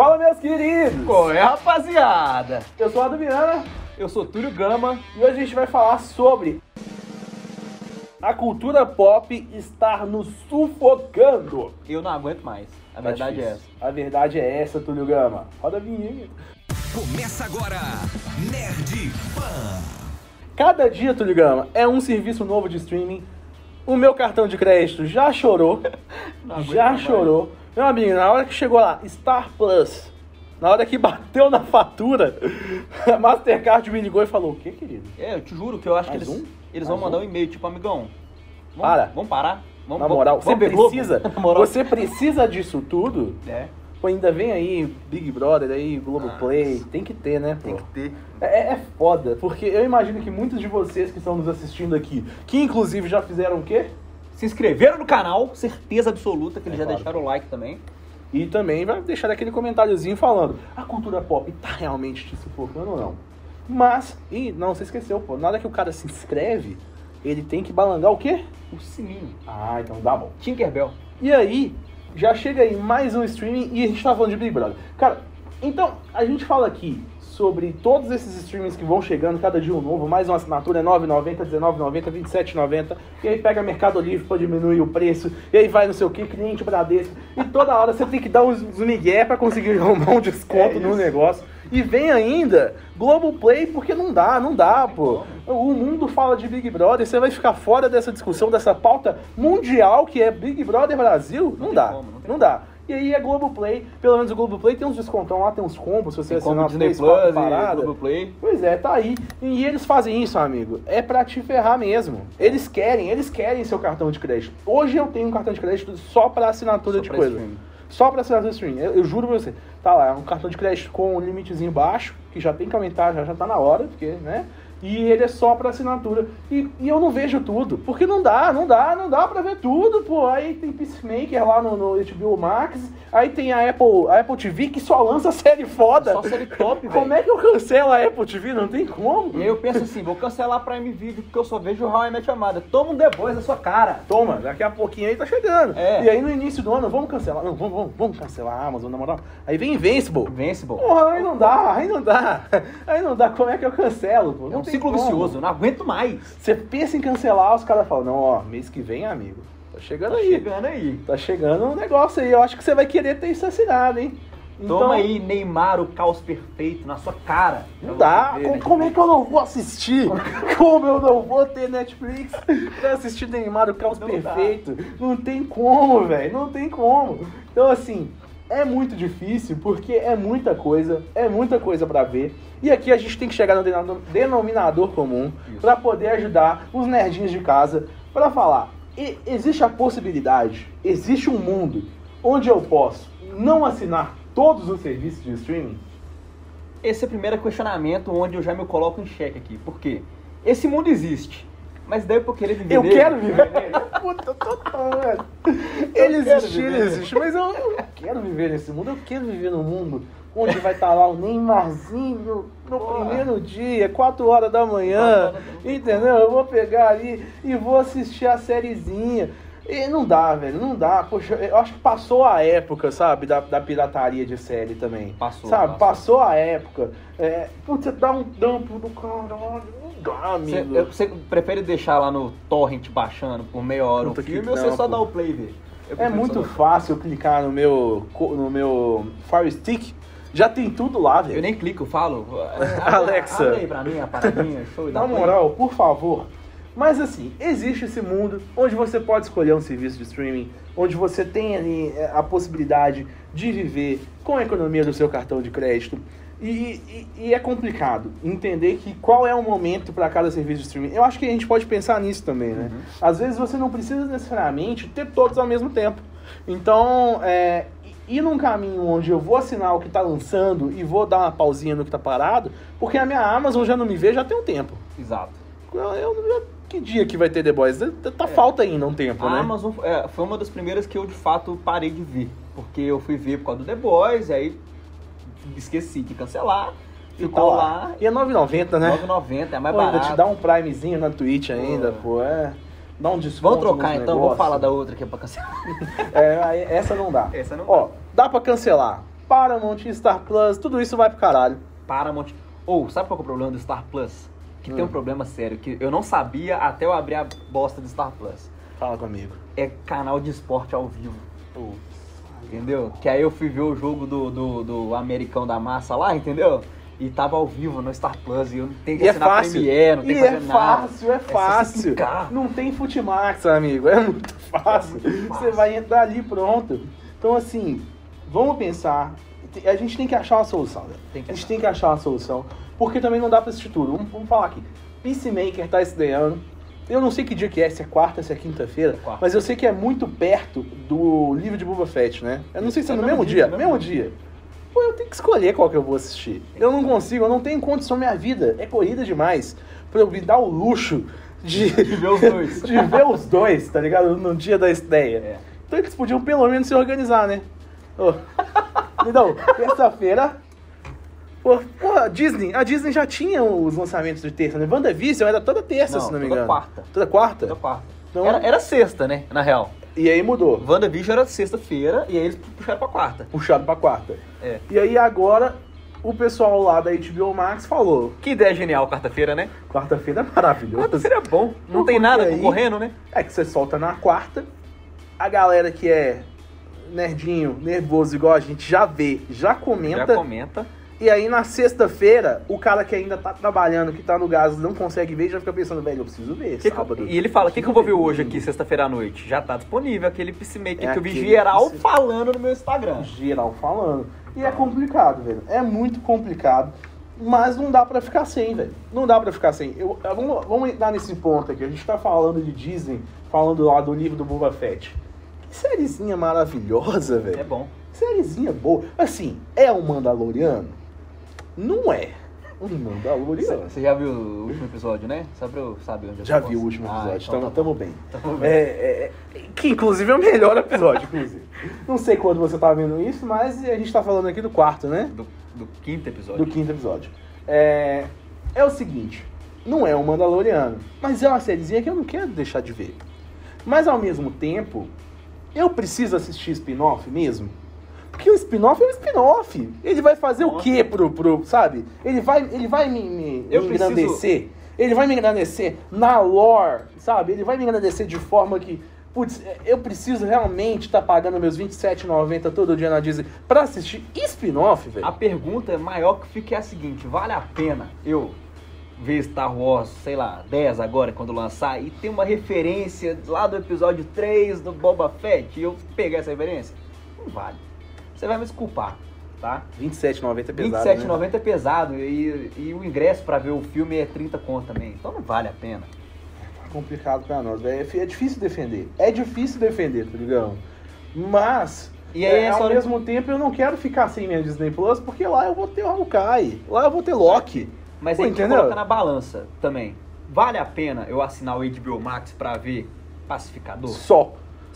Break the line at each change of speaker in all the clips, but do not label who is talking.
Fala, meus queridos!
Qual é, rapaziada?
Eu sou o Ado Viana.
Eu sou Túlio Gama.
E hoje a gente vai falar sobre a cultura pop estar nos sufocando.
Eu não aguento mais. A verdade é essa.
A verdade é essa, Túlio Gama. Roda a vinheta.
Começa agora, Nerd Fan.
Cada dia, Túlio Gama, é um serviço novo de streaming. O meu cartão de crédito já chorou. Já chorou. Meu amigo, na hora que chegou lá, Star Plus, na hora que bateu na fatura, a Mastercard me ligou e falou: o que, querido?
Eu te juro que eu acho
Mais
que eles
Mais
vão mandar
um?
um e-mail, tipo, amigão,
Vamos
parar? Vamos,
Na moral,
vamos
você
ver Globo?
precisa,
Na moral.
você precisa disso tudo?
É,
Pô, ainda vem aí Big Brother, aí Globoplay, tem que ter, né, pô?
tem que ter.
É foda, porque eu imagino que muitos de vocês que estão nos assistindo aqui, que inclusive já fizeram o quê?
Se inscreveram no canal, certeza absoluta que eles já
claro.
deixaram o like também.
E também vai deixar aquele comentáriozinho falando: a cultura pop tá realmente te sufocando ou não? Mas, não, você esqueceu, pô, na hora que o cara se inscreve, ele tem que balangar o quê?
O sininho.
Ah, então dá bom.
Tinkerbell.
E aí, já chega aí mais um streaming e a gente tá falando de Big Brother. Cara, então, a gente fala aqui sobre todos esses streamings que vão chegando, cada dia um novo, mais uma assinatura é R$9,90, R$19,90, R$27,90, e aí pega Mercado Livre pra diminuir o preço, e aí vai não sei o que, cliente Bradesco, e toda hora você tem que dar uns migué pra conseguir arrumar um desconto no negócio. E vem ainda Globoplay, porque não dá, pô. O mundo fala de Big Brother, você vai ficar fora dessa discussão, dessa pauta mundial que é Big Brother Brasil? Não dá, não dá. E aí é Globoplay, pelo menos o Globoplay tem uns descontão lá, tem uns combos, se você assinar
Disney
3, 4
Plus
paradas.
e Globoplay.
Pois é, tá aí. E eles fazem isso, amigo, é pra te ferrar mesmo. Eles querem seu cartão de crédito. Hoje eu tenho um cartão de crédito só pra assinatura
Só
de
pra
coisa.
streaming.
Só pra assinatura de streaming. Eu juro pra você. Tá lá, é um cartão de crédito com um limitezinho baixo, que já tem que aumentar, já tá na hora, porque, né? E ele é só pra assinatura. E eu não vejo tudo, porque não dá pra ver tudo, pô. Aí tem Peacemaker lá no HBO Max, aí tem a Apple TV que só lança série foda.
Só série top, velho.
Como é que eu cancelo a Apple TV? Não tem como.
E aí eu penso assim, vou cancelar a Prime Video porque eu só vejo o How I Met Your Mother. Toma um The Boys na sua cara.
Toma, daqui a pouquinho aí tá chegando.
É.
E aí no início do ano, vamos cancelar. Não, vamos cancelar a Amazon, na moral. Aí vem Invincible.
Invincible.
Porra, aí não dá. Aí não dá, como é que eu cancelo, pô?
É
Não
um
tem
ciclo
como.
vicioso, eu não aguento mais.
Você pensa em cancelar, os caras falam: não, ó, mês que vem, amigo, tá chegando aí.
Chegando aí.
Tá chegando um negócio aí. Eu acho que você vai querer ter isso assinado, hein?
Toma aí, Neymar, o caos perfeito na sua cara.
Não
Pra
dá.
você ver, né?
Como é que eu não vou assistir? Como eu não vou ter Netflix pra assistir Neymar, o caos
Não
perfeito? Não tem como, velho. Não tem como. Então, assim, é muito difícil porque é muita coisa pra ver. E aqui a gente tem que chegar no denominador comum pra poder ajudar os nerdinhos de casa pra falar: existe a possibilidade, existe um mundo onde eu posso não assinar todos os serviços de streaming?
Esse é o primeiro questionamento onde eu já me coloco em xeque aqui. Por quê? Esse mundo existe, mas daí eu querer viver
Eu
nele.
quero viver nele. Puta, velho. Ele
quero
existe,
viver
ele
nele.
existe. Mas eu quero viver nesse mundo. Eu quero viver num mundo onde vai estar lá o Neymarzinho no primeiro dia, 4 horas da manhã. Entendeu? Eu vou pegar ali e vou assistir a sériezinha. E não dá, velho, não dá. Poxa, eu acho que passou a época, sabe, da pirataria de série também. Passou a época. Putz, você dá um dump do caralho. Não dá, amigo.
Você prefere deixar lá no torrent baixando por meia hora
Puta
o
que
filme ou você só
trampo.
dá o play, velho?
É muito fácil clicar no meu Fire Stick. Já tem tudo lá, velho.
Eu nem clico, eu falo.
Alexa.
Abre aí pra mim a paradinha, show e dá
Na
play.
moral, por favor. Mas assim, existe esse mundo onde você pode escolher um serviço de streaming, onde você tem ali a possibilidade de viver com a economia do seu cartão de crédito. E é complicado entender que qual é o momento para cada serviço de streaming. Eu acho que a gente pode pensar nisso também, né? Às vezes você não precisa necessariamente ter todos ao mesmo tempo. Então, ir num caminho onde eu vou assinar o que tá lançando e vou dar uma pausinha no que tá parado, porque a minha Amazon já não me vê já tem um tempo.
Exato.
Que dia que vai ter The Boys? Falta ainda um tempo,
A
né?
Amazon foi uma das primeiras que eu, de fato, parei de ver. Porque eu fui ver por causa do The Boys, aí esqueci de cancelar,
E
ficou
tá
lá.
E é R$9,90, né?
R$9,90, é mais
Pô, ainda
barato.
te dá um Primezinho na Twitch ainda, pô. Dá um desconto.
Vamos trocar
nos
então, vou
negócios.
falar da outra que é pra cancelar.
Essa não dá.
Essa não
Ó, dá pra cancelar Paramount, Star Plus, tudo isso vai pro caralho.
Paramount. Sabe qual que é o problema do Star Plus? Que tem um problema sério, que eu não sabia até eu abrir a bosta do Star Plus.
Fala comigo.
É canal de esporte ao vivo. Entendeu? Que aí eu fui ver o jogo do Americão da Massa lá, entendeu? E tava ao vivo no Star Plus e eu não tenho que assinar Premiere, não tenho que fazer nada.
É fácil. Não tem Futimax, amigo. É muito fácil. Você vai entrar ali pronto. Então, assim, vamos pensar. A gente tem que achar uma solução, né? A gente tem que achar uma solução. Porque também não dá pra assistir tudo. Vamos falar aqui. Peacemaker tá estreando. Eu não sei que dia que é, se é quarta, se é quinta-feira. Mas eu sei que é muito perto do livro de Boba Fett, né? Eu não sei se é no mesmo dia. No mesmo dia. Pô, eu tenho que escolher qual que eu vou assistir. Eu não consigo, eu não tenho condição, minha vida é corrida demais pra eu me dar o luxo de
ver os dois.
De ver os dois, tá ligado? No dia da estreia. Então eles podiam pelo menos se organizar, né? Então, terça-feira... Pô, a Disney já tinha os lançamentos de terça, né? WandaVision era toda terça, se não me engano. Toda quarta?
Toda quarta.
Então,
era sexta, né? Na real.
E aí mudou.
WandaVision era sexta-feira e aí eles puxaram pra quarta. E aí agora o pessoal lá da HBO Max falou... Que ideia genial, quarta-feira, né?
Quarta-feira é maravilhoso.
Quarta-feira é bom. Não tem nada concorrendo, né?
É que você solta na quarta, a galera que é nerdinho, nervoso igual a gente já vê, já comenta. E aí na sexta-feira, o cara que ainda tá trabalhando, que tá no gás, não consegue ver, já fica pensando, velho, eu preciso ver sábado.
E ele fala, o que eu vou ver hoje aqui, sexta-feira à noite? Já tá disponível aquele Peacemaker que eu vi geral falando no meu Instagram.
Geral falando. E é complicado, velho. É muito complicado. Mas não dá pra ficar sem, velho. Não dá pra ficar sem. Vamos entrar nesse ponto aqui. A gente tá falando de Disney, falando lá do livro do Boba Fett. Que sériezinha maravilhosa, velho.
É bom.
Sériezinha boa. Assim, é um Mandaloriano? Não é um Mandaloriano.
Você já viu o último episódio, né? Só pra eu saber onde eu
já vi o último episódio, então tamo bem. Que inclusive é o melhor episódio, inclusive. Não sei quando você tá vendo isso, mas a gente tá falando aqui do quarto, né?
Do quinto episódio.
Do quinto episódio. É o seguinte, não é um Mandaloriano, mas é uma sériezinha que eu não quero deixar de ver. Mas ao mesmo tempo, eu preciso assistir spin-off mesmo? Porque o spin-off é um spin-off. Ele vai fazer o quê sabe? Ele vai me engrandecer. Ele vai me engrandecer na lore, sabe? Ele vai me engrandecer de forma que... Putz, eu preciso realmente estar pagando meus R$27,90 todo dia na Disney pra assistir spin-off, velho?
A pergunta maior que fica é a seguinte. Vale a pena eu ver Star Wars, sei lá, 10 agora, quando lançar, e ter uma referência lá do episódio 3 do Boba Fett e eu pegar essa referência? Não vale. Você vai me desculpar, tá?
R$27,90 é pesado,
R$27,90 é pesado e o ingresso pra ver o filme é 30 conto também. Então não vale a pena.
É complicado pra nós, velho. É difícil defender. Tá ligado? Mas, ao mesmo tempo, eu não quero ficar sem minha Disney Plus, porque lá eu vou ter o Hawkeye, lá eu vou ter Loki.
Mas aí que coloca na balança também. Vale a pena eu assinar o HBO Max pra ver Pacificador?
Só.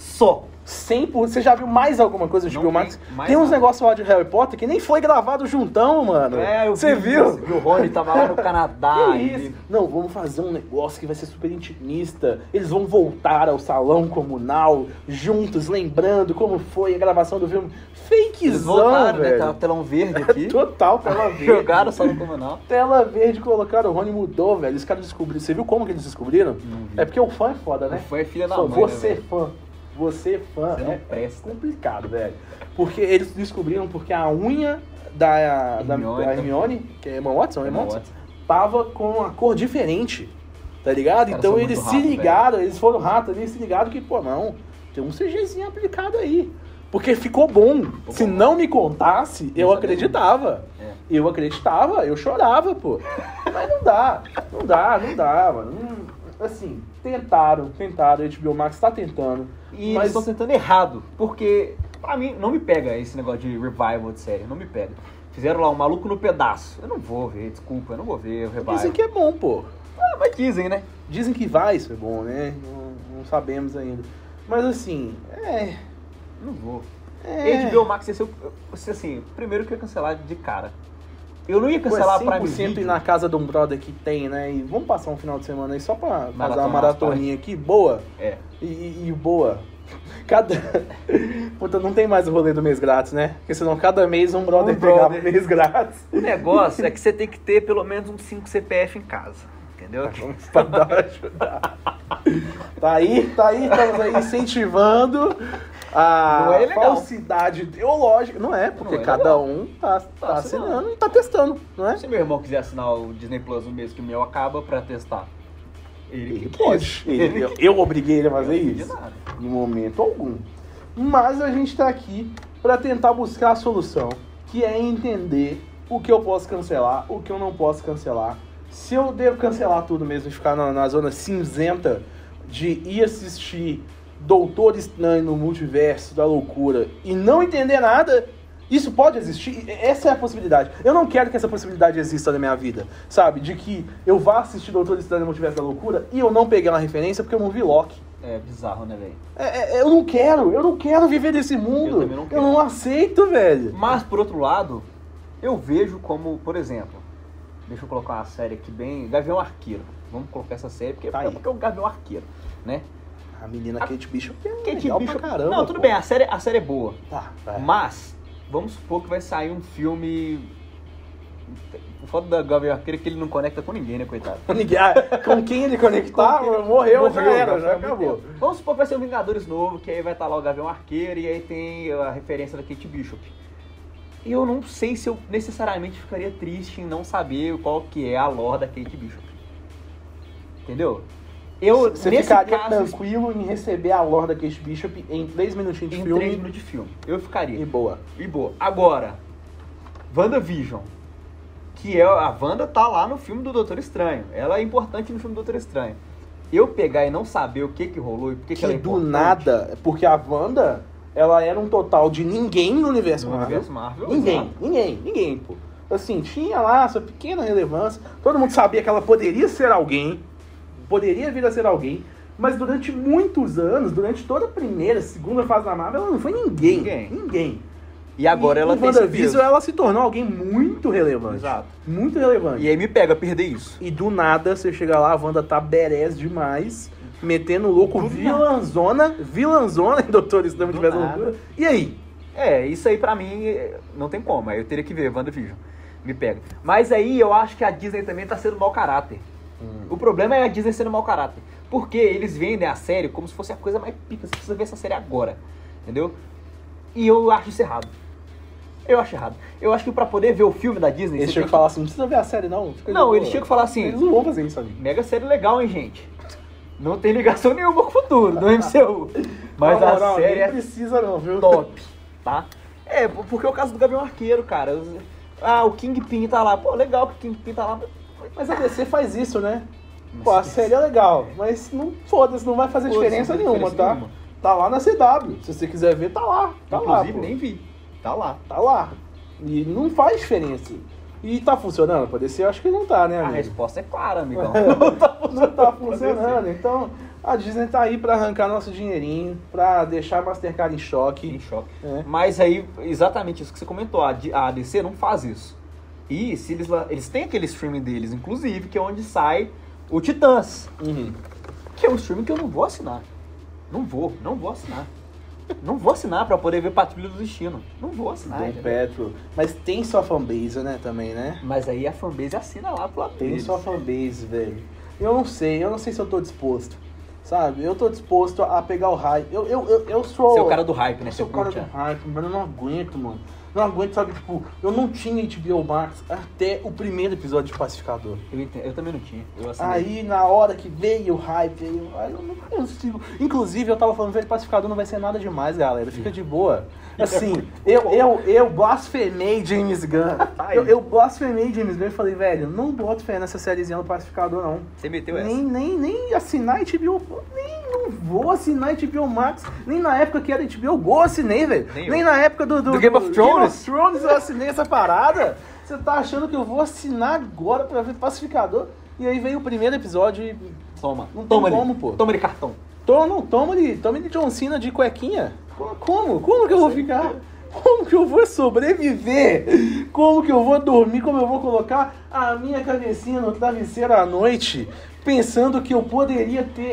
100%. Você já viu mais alguma coisa do HBO Max? Tem uns negócios lá de Harry Potter que nem foi gravado juntão, mano. Você viu?
O Rony tava lá no Canadá.
Que isso? Não, vamos fazer um negócio que vai ser super intimista. Eles vão voltar ao salão comunal, juntos, lembrando como foi a gravação do filme. Fakezão, velho.
Né? Telão verde aqui.
Total, tela verde.
Jogaram o salão comunal.
Tela verde, colocaram o Rony, mudou, velho. Os caras descobriram. Você viu como que eles descobriram? É porque o fã é foda, né?
O fã é filha da mãe,
Você
né,
fã. Você fã, é complicado, velho. Porque eles descobriram porque a unha da Hermione, que é Emma Watson, tava com uma cor diferente, tá ligado? Então eles se ligaram, eles foram ratos ali, se ligaram que, pô, não, tem um CGzinho aplicado aí. Porque ficou bom. Se não me contasse, eu acreditava. Eu acreditava, eu chorava, pô. Mas não dá, mano. Assim, tentaram, a HBO Max tá tentando.
E eles estão tentando errado, porque pra mim não me pega esse negócio de revival de série, não me pega. Fizeram lá um Maluco no Pedaço, eu não vou ver, desculpa, eu não vou ver o revival.
Dizem que é bom, pô.
Mas dizem, né?
Dizem que vai ser bom, né? Não sabemos ainda. Mas assim,
não vou. HBO Max, assim, primeiro que eu ia cancelar de cara. Eu não ia cancelar pra mim.
100% ir na casa de um brother que tem, né? E vamos passar um final de semana aí só pra fazer uma maratoninha aqui, boa.
É.
E boa. Puta, não tem mais o rolê do mês grátis, né? Porque senão cada mês um brother
brother.
pegava mês grátis.
O negócio é que você tem que ter pelo menos uns 5 CPF em casa. Entendeu?
Pra dar uma ajudar. Tá aí, estamos aí incentivando a
Não é legal.
falsidade ideológica. Não é, porque
Não é
cada
legal.
um tá assinando e tá testando, não é?
Se meu irmão quiser assinar o Disney Plus no mês que o meu acaba pra testar,
Ele
que
pode.
quis.
Eu obriguei ele a fazer
Eu não fiz
isso.
nada.
Em momento algum. Mas a gente tá aqui pra tentar buscar a solução, que é entender o que eu posso cancelar, o que eu não posso cancelar. Se eu devo cancelar tudo mesmo e ficar na zona cinzenta de ir assistir Doutor Estranho no Multiverso da Loucura e não entender nada, isso pode existir? Essa é a possibilidade. Eu não quero que essa possibilidade exista na minha vida, sabe? De que eu vá assistir Doutor Estranho no Multiverso da Loucura e eu não peguei uma referência porque eu não vi Loki.
É bizarro, né, velho?
Eu não quero viver nesse mundo.
Eu também não quero.
Eu não aceito, velho.
Mas, por outro lado, eu vejo como, por exemplo, deixa eu colocar uma série aqui bem... Gavião Arqueiro. Vamos colocar essa série, porque
Tá aí.
é o Gavião Arqueiro, né?
A menina Kate Bishop é
Kate
legal
Bishop...
pra caramba.
Não, tudo
pô.
bem, a série é boa.
Tá, vai.
Mas, vamos supor que vai sair um filme... O foda da Gavião Arqueiro é que ele não conecta com ninguém, né, coitado?
Ninguém, com quem ele conectar, morreu, já era, já
foi muito
acabou.
tempo. Vamos supor que vai ser um Vingadores novo, que aí vai estar lá o Gavião Arqueiro e aí tem a referência da Kate Bishop. E eu não sei se eu necessariamente ficaria triste em não saber qual que é a lore da Kate Bishop. Entendeu?
Você
nesse
ficaria
caso,
tranquilo em receber a lore da Kate Bishop em 3 minutinhos de
em
filme
3 minutos de filme. Eu ficaria.
e boa.
E boa. Agora, WandaVision. Que é a Wanda tá lá no filme do Doutor Estranho. Ela é importante no filme do Doutor Estranho. Eu pegar e não saber o que rolou e por que ela é
Que do
importante...
nada, porque a Wanda, ela era um total de ninguém no universo
No
Marvel.
universo Marvel,
Ninguém, pô. Assim, tinha lá sua pequena relevância, todo mundo sabia que ela poderia ser alguém, poderia vir a ser alguém, mas durante muitos anos, durante toda a primeira, segunda fase da Marvel, ela não foi ninguém.
E agora ela tem esse
WandaVision,
peso.
ela se tornou alguém muito relevante.
Exato.
Muito relevante.
E aí me pega perder isso.
E do nada, você chega lá, a Wanda tá berés demais, metendo louco, vilãzona em Doutor Estranho
Do
Multiverso da
nada.
Loucura. E aí?
Isso aí pra mim não tem como. Aí eu teria que ver WandaVision. Me pega. Mas aí eu acho que a Disney também tá sendo mau caráter. O problema é a Disney sendo mau caráter. Porque eles vendem a série como se fosse a coisa mais pica. Você precisa ver essa série agora. Entendeu? E eu acho isso errado. Eu acho errado. Eu acho que pra poder ver o filme da Disney...
Eles
você
chegam
tem
e falam assim, não precisa ver a série não. Fica de
Não,
boa.
eles chegam e falam assim...
Eles não vão fazer isso, amigo.
Mega série legal, hein, gente? Não tem ligação nenhuma com o futuro do MCU. Mas
Na
a
moral,
série
nem
é
precisa não, viu?
top, tá? Porque é o caso do Gavião Arqueiro, cara. O Kingpin tá lá. Pô, legal que o Kingpin tá lá.
Mas a DC faz isso, né?
Mas
Pô, a
se-
série é legal, mas não foda-se, não vai fazer
Foda-se,
diferença
não tem
nenhuma,
diferença
tá?
nenhuma.
Tá lá na CW. Se você quiser ver, tá lá. Tá
Inclusive,
lá, pô.
nem vi. Tá lá.
Tá lá. E não faz diferença. E tá funcionando pra DC? Eu acho que não tá, né,
A
amigo?
resposta é clara, amigão.
Não tá funcionando. Então, a Disney tá aí pra arrancar nosso dinheirinho, pra deixar a Mastercard em
Em
choque.
choque.
É.
Mas aí, exatamente isso que você comentou. A DC não faz isso. E se eles têm aquele streaming deles, inclusive, que é onde sai o Titãs.
Uhum.
Que é um streaming que eu não vou assinar. Não vou assinar. Não vou assinar pra poder ver Patrulha do Destino. Não vou assinar.
Dom
entendeu?
Petro. Mas tem sua fanbase, né, também, né?
Mas aí a fanbase assina lá pro lado
Tem
deles.
sua fanbase, velho. Eu não sei se eu tô disposto. Sabe? Eu tô disposto a pegar o hype. Eu sou...
Você é o cara do hype, né?
Eu sou
Você
o cara
curte,
do hype, mano. Eu não aguento, mano. Não aguento, sabe? Tipo, eu não tinha HBO Max até o primeiro episódio de Pacificador.
Eu entendo. Eu também não tinha. Eu assinei.
Aí, na hora que veio o hype, aí eu não consigo. Inclusive, eu tava falando, velho, Pacificador não vai ser nada demais, galera. Fica de boa. Assim, eu blasfemei James Gunn. Eu blasfemei James Gunn e falei, velho, não boto fé nessa sériezinha do Pacificador, não.
Você meteu essa.
Nem assinar HBO, não vou assinar HBO Max. Nem na época que era HBO Go eu assinei, velho.
Nem eu.
Nem na época do
Game of Thrones.
Game of Thrones eu assinei essa parada. Você tá achando que eu vou assinar agora pra ver Pacificador? E aí veio o primeiro episódio e...
Toma.
Não tem
Toma
como,
ali.
pô.
Toma de cartão.
Toma ele John Cena de cuequinha. Como? Como que eu vou ficar? Como que eu vou sobreviver? Como que eu vou dormir? Como eu vou colocar a minha cabecinha no travesseiro à noite pensando que eu poderia ter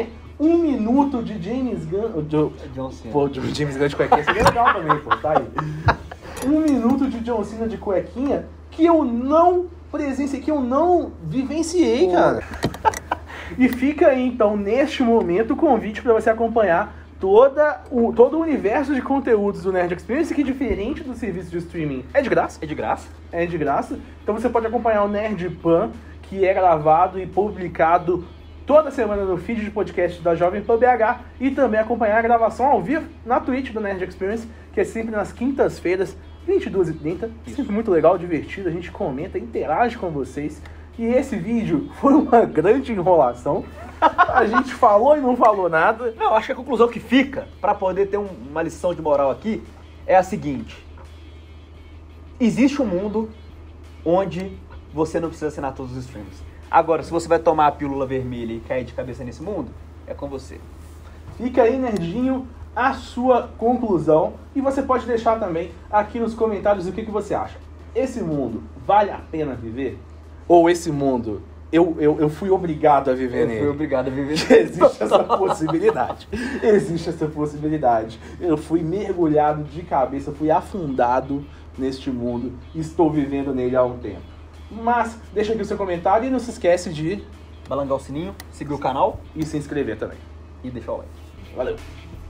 1 minuto de James Gunn...
John Cena.
Pô, de James Gunn de cuequinha seria legal também, pô, tá aí. 1 minuto de John Cena de cuequinha que eu não presenciei, que eu não vivenciei, cara. E fica aí, então, neste momento, o convite para você acompanhar todo o universo de conteúdos do Nerd Experience, que diferente do serviço de streaming, é de graça.
É de graça.
É de graça. Então você pode acompanhar o Nerd Pan, que é gravado e publicado toda semana no feed de podcast da Jovem Pan BH, e também acompanhar a gravação ao vivo na Twitch do Nerd Experience, que é sempre nas quintas-feiras, 22h30. Sempre muito legal, divertido, a gente comenta, interage com vocês. E esse vídeo foi uma grande enrolação. A gente falou e não falou nada.
Não, acho que a conclusão que fica, pra poder ter uma lição de moral aqui, é a seguinte. Existe um mundo onde você não precisa assinar todos os streams. Agora, se você vai tomar a pílula vermelha e cair de cabeça nesse mundo, é com você.
Fica aí, nerdinho, a sua conclusão. E você pode deixar também aqui nos comentários o que você acha. Esse mundo vale a pena viver? Ou esse mundo, eu fui obrigado a viver nele?
Eu fui obrigado a viver nele.
Existe essa possibilidade. Existe essa possibilidade. Eu fui mergulhado de cabeça, fui afundado neste mundo e estou vivendo nele há um tempo. Mas deixa aqui o seu comentário e não se esquece de
Balangar o sininho, seguir o canal
e se inscrever também.
e deixar o like.
Valeu!